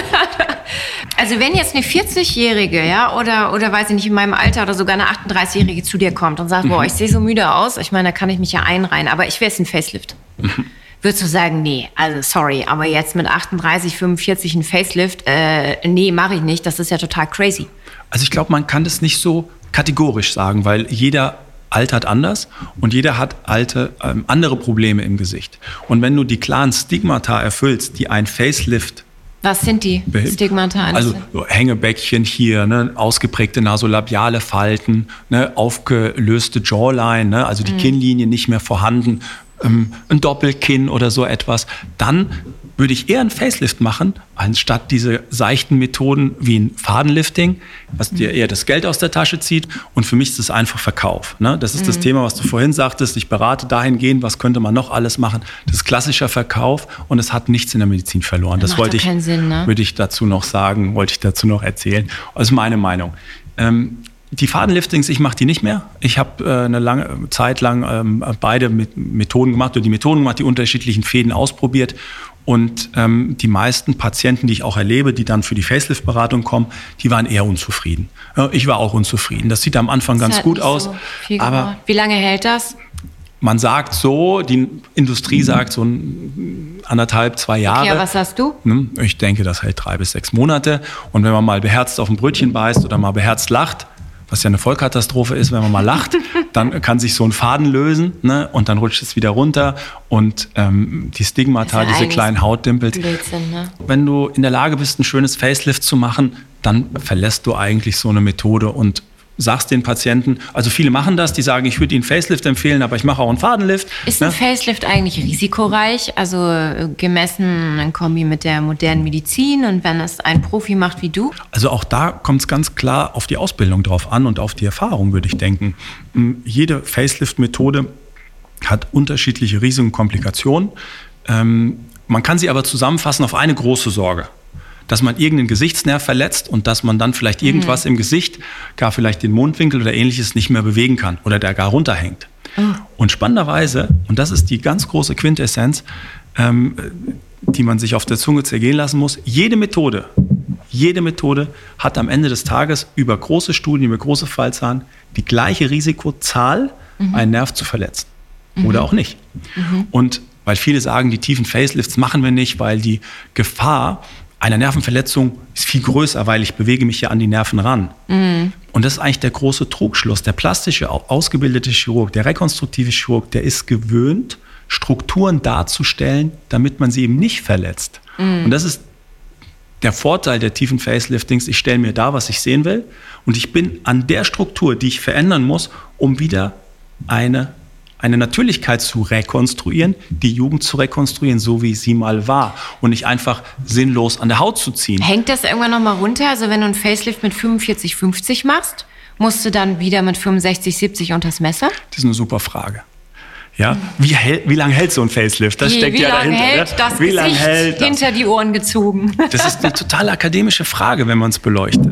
Speaker 3: Also wenn jetzt eine vierzig-Jährige, ja, oder, oder weiß ich nicht, in meinem Alter oder sogar eine achtunddreißig-Jährige zu dir kommt und sagt, mhm. boah, ich sehe so müde aus, ich meine, da kann ich mich ja einreihen, aber ich will jetzt einen Facelift. Mhm. Würdest du sagen, nee, also sorry, aber jetzt mit achtunddreißig, fünfundvierzig ein Facelift, äh, nee, mache ich nicht, das ist ja total crazy.
Speaker 1: Also ich glaube, man kann das nicht so kategorisch sagen, weil jeder altert anders und jeder hat alte, ähm, andere Probleme im Gesicht. Und wenn du die klaren Stigmata erfüllst, die ein Facelift
Speaker 3: Was sind die
Speaker 1: behebt,
Speaker 3: Stigmata?
Speaker 1: Also so Hängebäckchen hier, ne, ausgeprägte nasolabiale Falten, ne, aufgelöste Jawline, ne, also die mhm. Kinnlinie nicht mehr vorhanden, ähm, ein Doppelkinn oder so etwas, dann würde ich eher ein Facelift machen, anstatt diese seichten Methoden wie ein Fadenlifting, was dir eher das Geld aus der Tasche zieht. Und für mich ist es einfach Verkauf. Ne? Das ist mhm. das Thema, was du vorhin sagtest. Ich berate dahingehend, was könnte man noch alles machen. Das ist klassischer Verkauf und es hat nichts in der Medizin verloren. Das, das wollte ich,
Speaker 3: Sinn, ne?
Speaker 1: würde ich dazu noch sagen, wollte ich dazu noch erzählen. Das ist meine Meinung. Ähm, Die Fadenliftings, ich mache die nicht mehr. Ich habe äh, eine lange Zeit lang ähm, beide mit Methoden gemacht, oder die Methoden gemacht, die unterschiedlichen Fäden ausprobiert. Und ähm, die meisten Patienten, die ich auch erlebe, die dann für die Facelift-Beratung kommen, die waren eher unzufrieden. Ja, ich war auch unzufrieden. Das sieht am Anfang ganz gut aus. So aber
Speaker 3: wie lange hält das?
Speaker 1: Man sagt so, die Industrie sagt so ein, anderthalb, zwei Jahre.
Speaker 3: Ja, was sagst du?
Speaker 1: Ich denke, das hält drei bis sechs Monate. Und wenn man mal beherzt auf ein Brötchen beißt oder mal beherzt lacht, was ja eine Vollkatastrophe ist, wenn man mal lacht, dann kann sich so ein Faden lösen, ne, und dann rutscht es wieder runter und ähm, die Stigmata, ja diese kleinen Hautdimpels.
Speaker 3: Blödsinn, ne?
Speaker 1: Wenn du in der Lage bist, ein schönes Facelift zu machen, dann verlässt du eigentlich so eine Methode und sagst den Patienten, also viele machen das, die sagen, ich würde ihnen Facelift empfehlen, aber ich mache auch einen Fadenlift.
Speaker 3: Ist
Speaker 1: ne?
Speaker 3: ein Facelift eigentlich risikoreich, also gemessen in Kombi mit der modernen Medizin und wenn es ein Profi macht wie du?
Speaker 1: Also auch da kommt es ganz klar auf die Ausbildung drauf an und auf die Erfahrung, würde ich denken. Jede Facelift-Methode hat unterschiedliche Risiken und Komplikationen. Ähm, man kann sie aber zusammenfassen auf eine große Sorge. Dass man irgendeinen Gesichtsnerv verletzt und dass man dann vielleicht irgendwas mhm. im Gesicht, gar vielleicht den Mundwinkel oder ähnliches nicht mehr bewegen kann oder der gar runterhängt. Mhm. Und spannenderweise, und das ist die ganz große Quintessenz, ähm, die man sich auf der Zunge zergehen lassen muss, jede Methode, jede Methode hat am Ende des Tages über große Studien, über große Fallzahlen die gleiche Risikozahl, mhm. einen Nerv zu verletzen. Mhm. Oder auch nicht. Mhm. Und weil viele sagen, die tiefen Facelifts machen wir nicht, weil die Gefahr einer Nervenverletzung ist viel größer, weil ich bewege mich ja an die Nerven ran. Mhm. Und das ist eigentlich der große Trugschluss. Der plastische, ausgebildete Chirurg, der rekonstruktive Chirurg, der ist gewöhnt, Strukturen darzustellen, damit man sie eben nicht verletzt. Mhm. Und das ist der Vorteil der tiefen Faceliftings. Ich stelle mir dar, was ich sehen will und ich bin an der Struktur, die ich verändern muss, um wieder eine eine Natürlichkeit zu rekonstruieren, die Jugend zu rekonstruieren, so wie sie mal war und nicht einfach sinnlos an der Haut zu ziehen.
Speaker 3: Hängt das irgendwann nochmal runter? Also wenn du einen Facelift mit fünfundvierzig, fünfzig machst, musst du dann wieder mit fünfundsechzig, siebzig unters Messer?
Speaker 1: Das ist eine super Frage. Ja, wie, hält, wie lange hält so ein Facelift? Das
Speaker 3: wie,
Speaker 1: steckt
Speaker 3: wie
Speaker 1: ja
Speaker 3: lange
Speaker 1: dahinter.
Speaker 3: Hält
Speaker 1: ja?
Speaker 3: das
Speaker 1: wie
Speaker 3: Gesicht
Speaker 1: lange hält das?
Speaker 3: Hinter die Ohren gezogen?
Speaker 1: Das ist eine total akademische Frage, wenn man es beleuchtet.
Speaker 3: Aber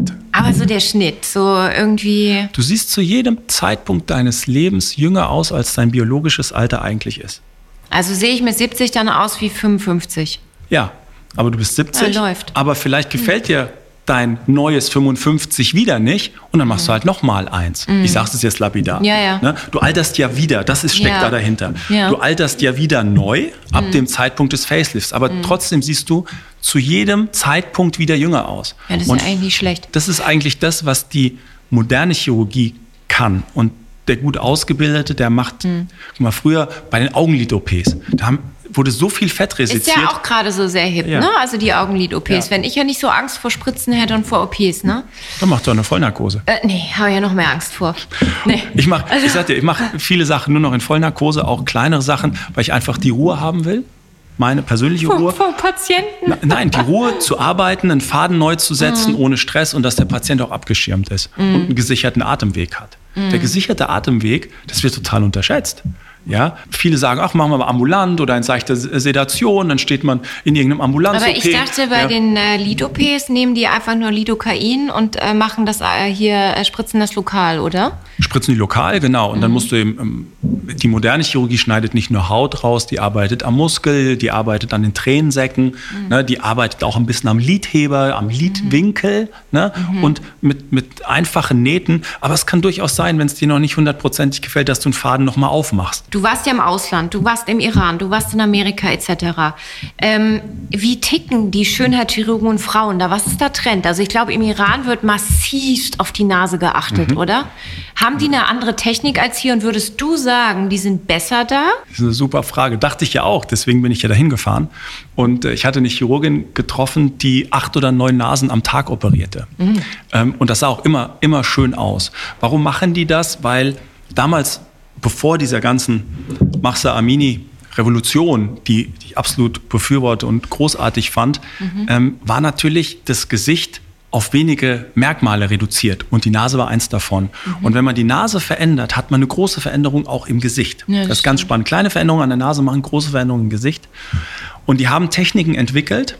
Speaker 3: Aber so der Schnitt, so irgendwie...
Speaker 1: Du siehst zu jedem Zeitpunkt deines Lebens jünger aus, als dein biologisches Alter eigentlich ist.
Speaker 3: Also sehe ich mit siebzig dann aus wie fünfundfünfzig?
Speaker 1: Ja, aber du bist siebzig,
Speaker 3: ja, läuft.
Speaker 1: Aber vielleicht gefällt dir dein neues fünfundfünfzig wieder nicht und dann machst mhm. du halt noch mal eins. Mhm. Ich sag's es jetzt lapidar.
Speaker 3: Ja, ja.
Speaker 1: Ne? Du alterst ja wieder, das ist, steckt
Speaker 3: ja.
Speaker 1: da dahinter.
Speaker 3: Ja.
Speaker 1: Du alterst ja wieder neu ab mhm. dem Zeitpunkt des Facelifts, aber mhm. trotzdem siehst du zu jedem Zeitpunkt wieder jünger aus.
Speaker 3: Ja, das
Speaker 1: und
Speaker 3: ist ja eigentlich nicht schlecht.
Speaker 1: Das ist eigentlich das, was die moderne Chirurgie kann. Und der gut Ausgebildete, der macht, mhm. guck mal, früher bei den Augenlid-O Ps, da haben wurde so viel Fett resiziert.
Speaker 3: Ist ja auch gerade so sehr hip,
Speaker 1: ja.
Speaker 3: ne? Also die Augenlid-O Ps.
Speaker 1: Ja.
Speaker 3: Wenn ich ja nicht so Angst vor Spritzen hätte und vor O Ps, ne?
Speaker 1: Dann mach doch eine Vollnarkose.
Speaker 3: Äh, nee, habe ich ja noch mehr Angst vor. Nee.
Speaker 1: Ich mach,
Speaker 3: also.
Speaker 1: ich sag dir, ich mache viele Sachen nur noch in Vollnarkose, auch kleinere Sachen, weil ich einfach die Ruhe haben will. Meine persönliche
Speaker 3: vor,
Speaker 1: Ruhe.
Speaker 3: Vor Patienten?
Speaker 1: Na, nein, die Ruhe zu arbeiten, einen Faden neu zu setzen, mhm. ohne Stress und dass der Patient auch abgeschirmt ist mhm. und einen gesicherten Atemweg hat. Mhm. Der gesicherte Atemweg, das wird total unterschätzt. Ja, viele sagen, ach, machen wir mal ambulant oder in seichter Sedation, dann steht man in irgendeinem Ambulanz-O P.
Speaker 3: Aber ich dachte, bei ja. den äh, Lid-O Ps nehmen die einfach nur Lidocain und äh, machen das äh, hier, äh, spritzen das lokal, oder?
Speaker 1: Spritzen die lokal, genau. Und mhm. dann musst du eben, ähm, die moderne Chirurgie schneidet nicht nur Haut raus, die arbeitet am Muskel, die arbeitet an den Tränensäcken, mhm. ne, die arbeitet auch ein bisschen am Lidheber, am Lidwinkel, mhm. ne, mhm. und mit, mit einfachen Nähten. Aber es kann durchaus sein, wenn es dir noch nicht hundertprozentig gefällt, dass du einen Faden nochmal aufmachst.
Speaker 3: Du warst ja im Ausland, du warst im Iran, du warst in Amerika et cetera. Ähm, wie ticken die Schönheitschirurgen und Frauen da? Was ist der Trend? Also ich glaube, im Iran wird massivst auf die Nase geachtet, mhm. oder? Haben die eine andere Technik als hier und würdest du sagen, die sind besser da?
Speaker 1: Das ist eine super Frage. Dachte ich ja auch, deswegen bin ich ja dahin gefahren. Und äh, ich hatte eine Chirurgin getroffen, die acht oder neun Nasen am Tag operierte. Mhm. Ähm, und das sah auch immer, immer schön aus. Warum machen die das? Weil damals, bevor dieser ganzen Mahsa Amini-Revolution, die, die ich absolut befürworte und großartig fand, mhm. ähm, war natürlich das Gesicht auf wenige Merkmale reduziert. Und die Nase war eins davon. Mhm. Und wenn man die Nase verändert, hat man eine große Veränderung auch im Gesicht. Ja, das, das ist ganz spannend. Kleine Veränderungen an der Nase machen große Veränderungen im Gesicht. Und die haben Techniken entwickelt,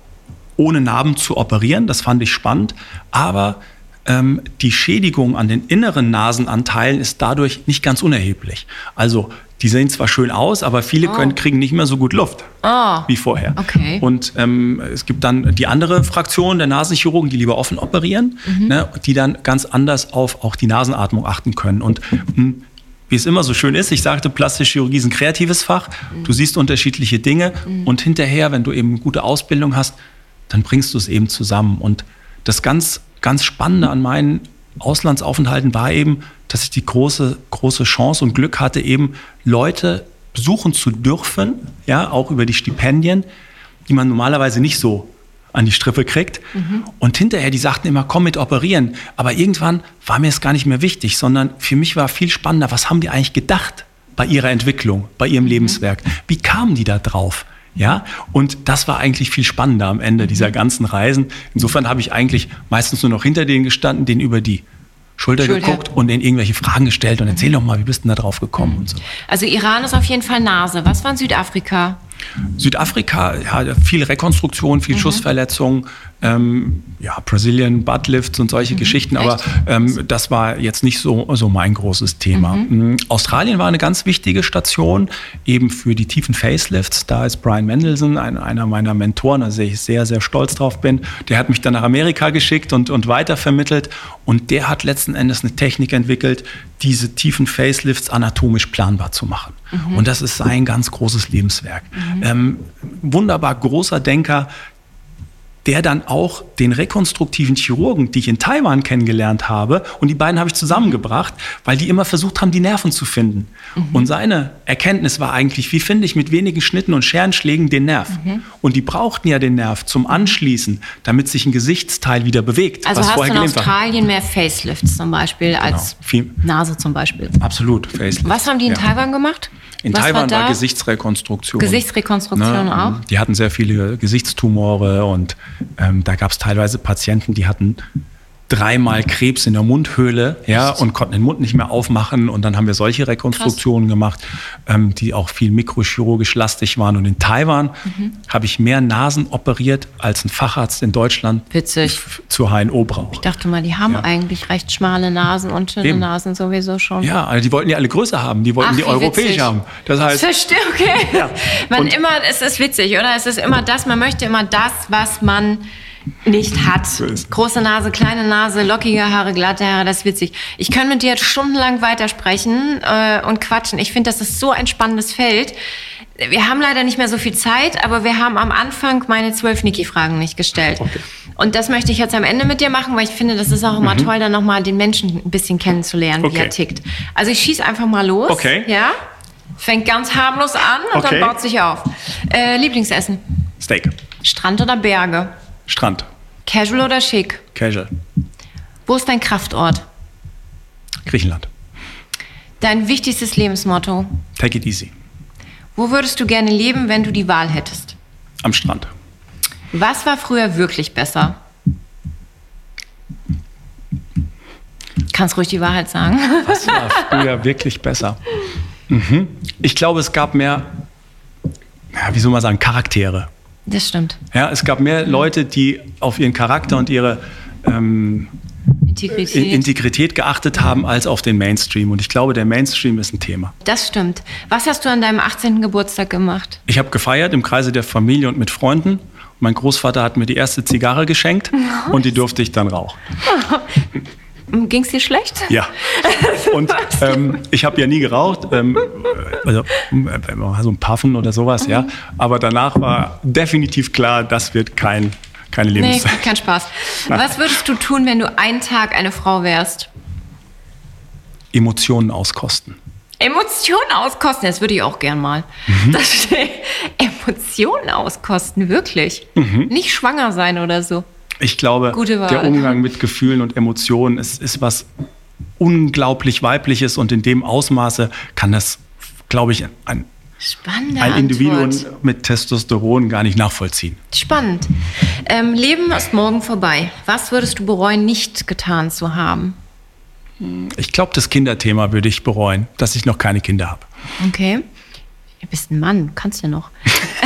Speaker 1: ohne Narben zu operieren. Das fand ich spannend. Aber ähm, die Schädigung an den inneren Nasenanteilen ist dadurch nicht ganz unerheblich. Also die sehen zwar schön aus, aber viele oh. können, kriegen nicht mehr so gut Luft oh. wie vorher.
Speaker 3: Okay.
Speaker 1: Und ähm, es gibt dann die andere Fraktion der Nasenchirurgen, die lieber offen operieren, mhm. ne, die dann ganz anders auf auch die Nasenatmung achten können. Und mh, wie es immer so schön ist, ich sagte, plastische Chirurgie ist ein kreatives Fach. Mhm. Du siehst unterschiedliche Dinge mhm. und hinterher, wenn du eben eine gute Ausbildung hast, dann bringst du es eben zusammen. Und das ganz, ganz Spannende an meinen Auslandsaufenthalten war eben, dass ich die große, große Chance und Glück hatte, eben Leute besuchen zu dürfen, ja, auch über die Stipendien, die man normalerweise nicht so an die Strippe kriegt. Mhm. Und hinterher, die sagten immer, komm mit operieren. Aber irgendwann war mir es gar nicht mehr wichtig, sondern für mich war viel spannender, was haben die eigentlich gedacht bei ihrer Entwicklung, bei ihrem mhm. Lebenswerk? Wie kamen die da drauf? Ja, und das war eigentlich viel spannender am Ende dieser ganzen Reisen. Insofern habe ich eigentlich meistens nur noch hinter denen gestanden, denen über die Schulter, Schulter geguckt und denen irgendwelche Fragen gestellt und erzähl doch mal, wie bist du denn da drauf gekommen? Und so.
Speaker 3: Also Iran ist auf jeden Fall Nase. Was war in Südafrika?
Speaker 1: Südafrika, ja, viel Rekonstruktion, viel mhm. Schussverletzungen, ähm, ja, Brazilian Buttlifts und solche mhm. Geschichten, aber ähm, das war jetzt nicht so, so mein großes Thema. Mhm. Australien war eine ganz wichtige Station, eben für die tiefen Facelifts. Da ist Brian Mendelsohn, ein, einer meiner Mentoren, also ich sehr, sehr stolz drauf bin. Der hat mich dann nach Amerika geschickt und, und weitervermittelt und der hat letzten Endes eine Technik entwickelt, diese tiefen Facelifts anatomisch planbar zu machen. Mhm. Und das ist sein ganz großes Lebenswerk. Mhm. Ähm, wunderbar großer Denker, der dann auch den rekonstruktiven Chirurgen, die ich in Taiwan kennengelernt habe, und die beiden habe ich zusammengebracht, weil die immer versucht haben, die Nerven zu finden. Mhm. Und seine Erkenntnis war eigentlich, wie finde ich mit wenigen Schnitten und Scherenschlägen den Nerv? Mhm. Und die brauchten ja den Nerv zum Anschließen, damit sich ein Gesichtsteil wieder bewegt.
Speaker 3: Also
Speaker 1: was
Speaker 3: hast
Speaker 1: vorher
Speaker 3: du in Australien mehr Facelifts zum Beispiel
Speaker 1: genau.
Speaker 3: als
Speaker 1: Viel.
Speaker 3: Nase zum Beispiel?
Speaker 1: Absolut, Facelifts.
Speaker 3: Was haben die in
Speaker 1: ja.
Speaker 3: Taiwan gemacht?
Speaker 1: In
Speaker 3: Was
Speaker 1: Taiwan war,
Speaker 3: war
Speaker 1: Gesichtsrekonstruktion.
Speaker 3: Gesichtsrekonstruktion
Speaker 1: ne?
Speaker 3: auch?
Speaker 1: Die hatten sehr viele Gesichtstumore und ähm, da gab es teilweise Patienten, die hatten dreimal Krebs in der Mundhöhle, ja, und konnten den Mund nicht mehr aufmachen. Und dann haben wir solche Rekonstruktionen Krass. gemacht, ähm, die auch viel mikrochirurgisch lastig waren. Und in Taiwan mhm. habe ich mehr Nasen operiert, als ein Facharzt in Deutschland
Speaker 3: Witzig.
Speaker 1: f- zur H N O braucht.
Speaker 3: Ich dachte mal, die haben ja. eigentlich recht schmale Nasen und schöne Eben. Nasen sowieso schon.
Speaker 1: Ja, also die wollten die alle größer haben, die wollten
Speaker 3: Ach,
Speaker 1: die europäisch
Speaker 3: witzig.
Speaker 1: haben. Das heißt,
Speaker 3: Verstehe, okay.
Speaker 1: Ja.
Speaker 3: Man
Speaker 1: Und
Speaker 3: immer, es ist witzig, oder? Es ist immer das, man möchte immer das, was man nicht hat. Große Nase, kleine Nase, lockige Haare, glatte Haare, das ist witzig. Ich könnte mit dir jetzt stundenlang weitersprechen äh, und quatschen. Ich finde, das ist so ein spannendes Feld. Wir haben leider nicht mehr so viel Zeit, aber wir haben am Anfang meine zwölf Niki-Fragen nicht gestellt. Okay. Und das möchte ich jetzt am Ende mit dir machen, weil ich finde, das ist auch immer mhm. toll, dann nochmal den Menschen ein bisschen kennenzulernen, okay. wie er tickt. Also ich schieße einfach mal los.
Speaker 1: Okay.
Speaker 3: Ja? Fängt ganz harmlos an und okay. dann baut sich auf. Äh, Lieblingsessen?
Speaker 1: Steak.
Speaker 3: Strand oder Berge?
Speaker 1: Strand.
Speaker 3: Casual oder schick?
Speaker 1: Casual.
Speaker 3: Wo ist dein Kraftort?
Speaker 1: Griechenland.
Speaker 3: Dein wichtigstes Lebensmotto?
Speaker 1: Take it easy.
Speaker 3: Wo würdest du gerne leben, wenn du die Wahl hättest?
Speaker 1: Am Strand.
Speaker 3: Was war früher wirklich besser? Kannst ruhig die Wahrheit sagen.
Speaker 1: Was war früher wirklich besser? Mhm. Ich glaube, es gab mehr, ja, wie soll man sagen, Charaktere.
Speaker 3: Das stimmt.
Speaker 1: Ja, es gab mehr Leute, die auf ihren Charakter und ihre ähm, Integrität. Integrität geachtet haben, als auf den Mainstream. Und ich glaube, der Mainstream ist ein Thema.
Speaker 3: Das stimmt. Was hast du an deinem achtzehnten Geburtstag gemacht?
Speaker 1: Ich habe gefeiert im Kreise der Familie und mit Freunden. Mein Großvater hat mir die erste Zigarre geschenkt oh, und die durfte ich dann rauchen.
Speaker 3: Ging es dir schlecht?
Speaker 1: Ja. Und ähm, ich habe ja nie geraucht, ähm, also so ein Puffen oder sowas, mhm. ja. Aber danach war definitiv klar, das wird kein, keine Lebenszeit.
Speaker 3: Nee, kein Spaß. Was würdest du tun, wenn du einen Tag eine Frau wärst?
Speaker 1: Emotionen auskosten.
Speaker 3: Emotionen auskosten, das würde ich auch gern mal. Mhm. Das steht. Emotionen auskosten, wirklich. Mhm. Nicht schwanger sein oder so.
Speaker 1: Ich glaube, der Umgang mit Gefühlen und Emotionen ist, ist was unglaublich Weibliches und in dem Ausmaße kann das, glaube ich, ein, ein Individuum mit Testosteron gar nicht nachvollziehen.
Speaker 3: Spannend. Ähm, Leben ist morgen vorbei. Was würdest du bereuen, nicht getan zu haben?
Speaker 1: Ich glaube, das Kinderthema würde ich bereuen, dass ich noch keine Kinder habe.
Speaker 3: Okay. Du bist ein Mann, kannst ja noch.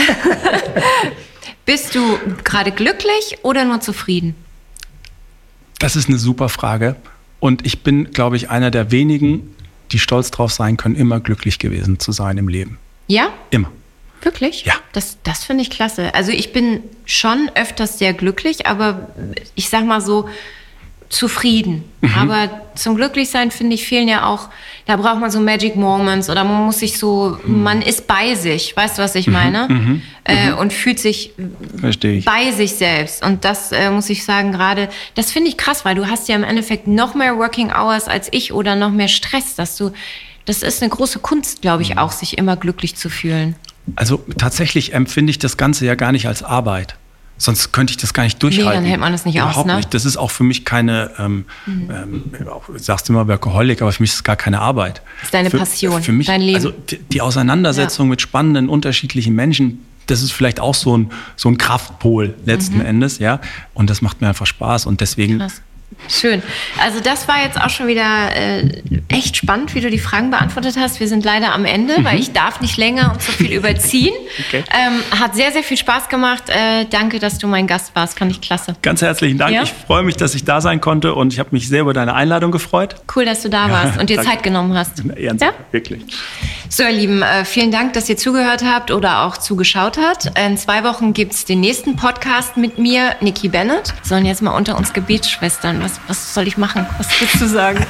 Speaker 3: Bist du gerade glücklich oder nur zufrieden?
Speaker 1: Das ist eine super Frage. Und ich bin, glaube ich, einer der wenigen, die stolz drauf sein können, immer glücklich gewesen zu sein im Leben.
Speaker 3: Ja?
Speaker 1: Immer.
Speaker 3: Wirklich?
Speaker 1: Ja.
Speaker 3: Das, das finde ich klasse. Also ich bin schon öfters sehr glücklich, aber ich sag mal so, zufrieden. Mhm. Aber zum Glücklichsein, finde ich, fehlen ja auch, da braucht man so Magic Moments oder man muss sich so, mhm. man ist bei sich, weißt du, was ich meine? Mhm. Äh, mhm. Und fühlt sich
Speaker 1: Verstehe ich.
Speaker 3: bei sich selbst. Und das äh, muss ich sagen, gerade, das finde ich krass, weil du hast ja im Endeffekt noch mehr Working Hours als ich oder noch mehr Stress, dass du, das ist eine große Kunst, glaube ich, auch, sich immer glücklich zu fühlen.
Speaker 1: Also tatsächlich empfinde ich das Ganze ja gar nicht als Arbeit. Sonst könnte ich das gar nicht durchhalten. Nee,
Speaker 3: dann hält man das nicht
Speaker 1: Überhaupt
Speaker 3: aus, ne?
Speaker 1: nicht. Das ist auch für mich keine, ähm, mhm. ähm, sagst du immer Workaholic, aber für mich ist es gar keine Arbeit.
Speaker 3: Das ist deine
Speaker 1: für,
Speaker 3: Passion,
Speaker 1: für mich,
Speaker 3: dein Leben.
Speaker 1: Also die, die Auseinandersetzung ja. mit spannenden, unterschiedlichen Menschen, das ist vielleicht auch so ein, so ein Kraftpol letzten mhm. Endes, ja. Und das macht mir einfach Spaß und deswegen...
Speaker 3: Krass. Schön. Also das war jetzt auch schon wieder äh, echt spannend, wie du die Fragen beantwortet hast. Wir sind leider am Ende, mhm. weil ich darf nicht länger und so viel überziehen. Okay. Ähm, hat sehr, sehr viel Spaß gemacht. Äh, danke, dass du mein Gast warst. Fand ich klasse.
Speaker 1: Ganz herzlichen Dank. Ja? Ich freue mich, dass ich da sein konnte und ich habe mich sehr über deine Einladung gefreut.
Speaker 3: Cool, dass du da warst und dir Zeit genommen hast.
Speaker 1: Ernst, ja? Wirklich.
Speaker 3: So, ihr Lieben, äh, vielen Dank, dass ihr zugehört habt oder auch zugeschaut habt. In zwei Wochen gibt es den nächsten Podcast mit mir, Niki Bennett. Sollen jetzt mal unter uns Gebetsschwestern. Was, was soll ich machen? Was willst du sagen?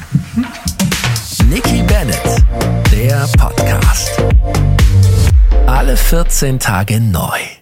Speaker 2: Niki Bennett, der Podcast. Alle vierzehn Tage neu.